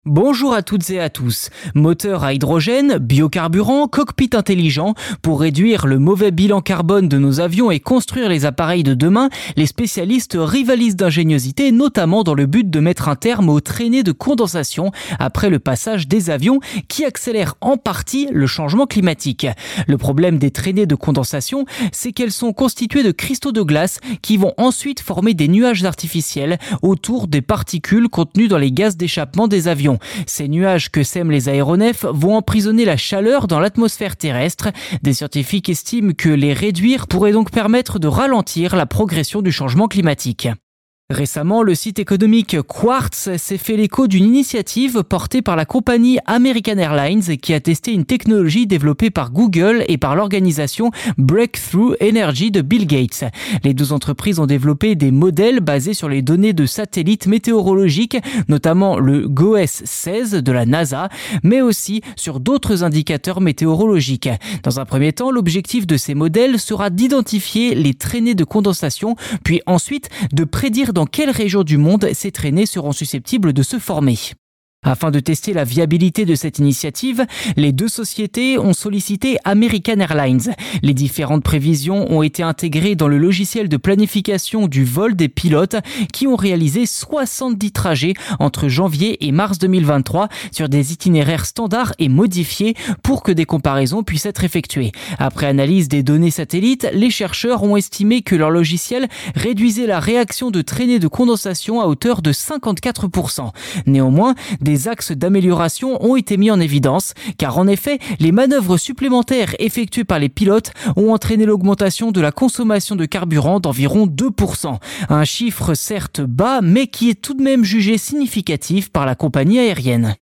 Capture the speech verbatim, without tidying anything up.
Bonjour à toutes et à tous. Moteur à hydrogène, biocarburant, cockpit intelligent, pour réduire le mauvais bilan carbone de nos avions et construire les appareils de demain, les spécialistes rivalisent d'ingéniosité, notamment dans le but de mettre un terme aux traînées de condensation après le passage des avions qui accélèrent en partie le changement climatique. Le problème des traînées de condensation, c'est qu'elles sont constituées de cristaux de glace qui vont ensuite former des nuages artificiels autour des particules contenues dans les gaz d'échappement des avions. Ces nuages que sèment les aéronefs vont emprisonner la chaleur dans l'atmosphère terrestre. Des scientifiques estiment que les réduire pourrait donc permettre de ralentir la progression du changement climatique. Récemment, le site économique Quartz s'est fait l'écho d'une initiative portée par la compagnie American Airlines qui a testé une technologie développée par Google et par l'organisation Breakthrough Energy de Bill Gates. Les deux entreprises ont développé des modèles basés sur les données de satellites météorologiques, notamment le G O E S seize de la NASA, mais aussi sur d'autres indicateurs météorologiques. Dans un premier temps, l'objectif de ces modèles sera d'identifier les traînées de condensation, puis ensuite de prédire dans dans quelle région du monde ces traînées seront susceptibles de se former. Afin de tester la viabilité de cette initiative, les deux sociétés ont sollicité American Airlines. Les différentes prévisions ont été intégrées dans le logiciel de planification du vol des pilotes qui ont réalisé soixante-dix trajets entre janvier et mars deux mille vingt-trois sur des itinéraires standards et modifiés pour que des comparaisons puissent être effectuées. Après analyse des données satellites, les chercheurs ont estimé que leur logiciel réduisait la réaction de traînées de condensation à hauteur de cinquante-quatre pour cent. Néanmoins, des Des axes d'amélioration ont été mis en évidence, car en effet, les manœuvres supplémentaires effectuées par les pilotes ont entraîné l'augmentation de la consommation de carburant d'environ deux pour cent. Un chiffre certes bas, mais qui est tout de même jugé significatif par la compagnie aérienne.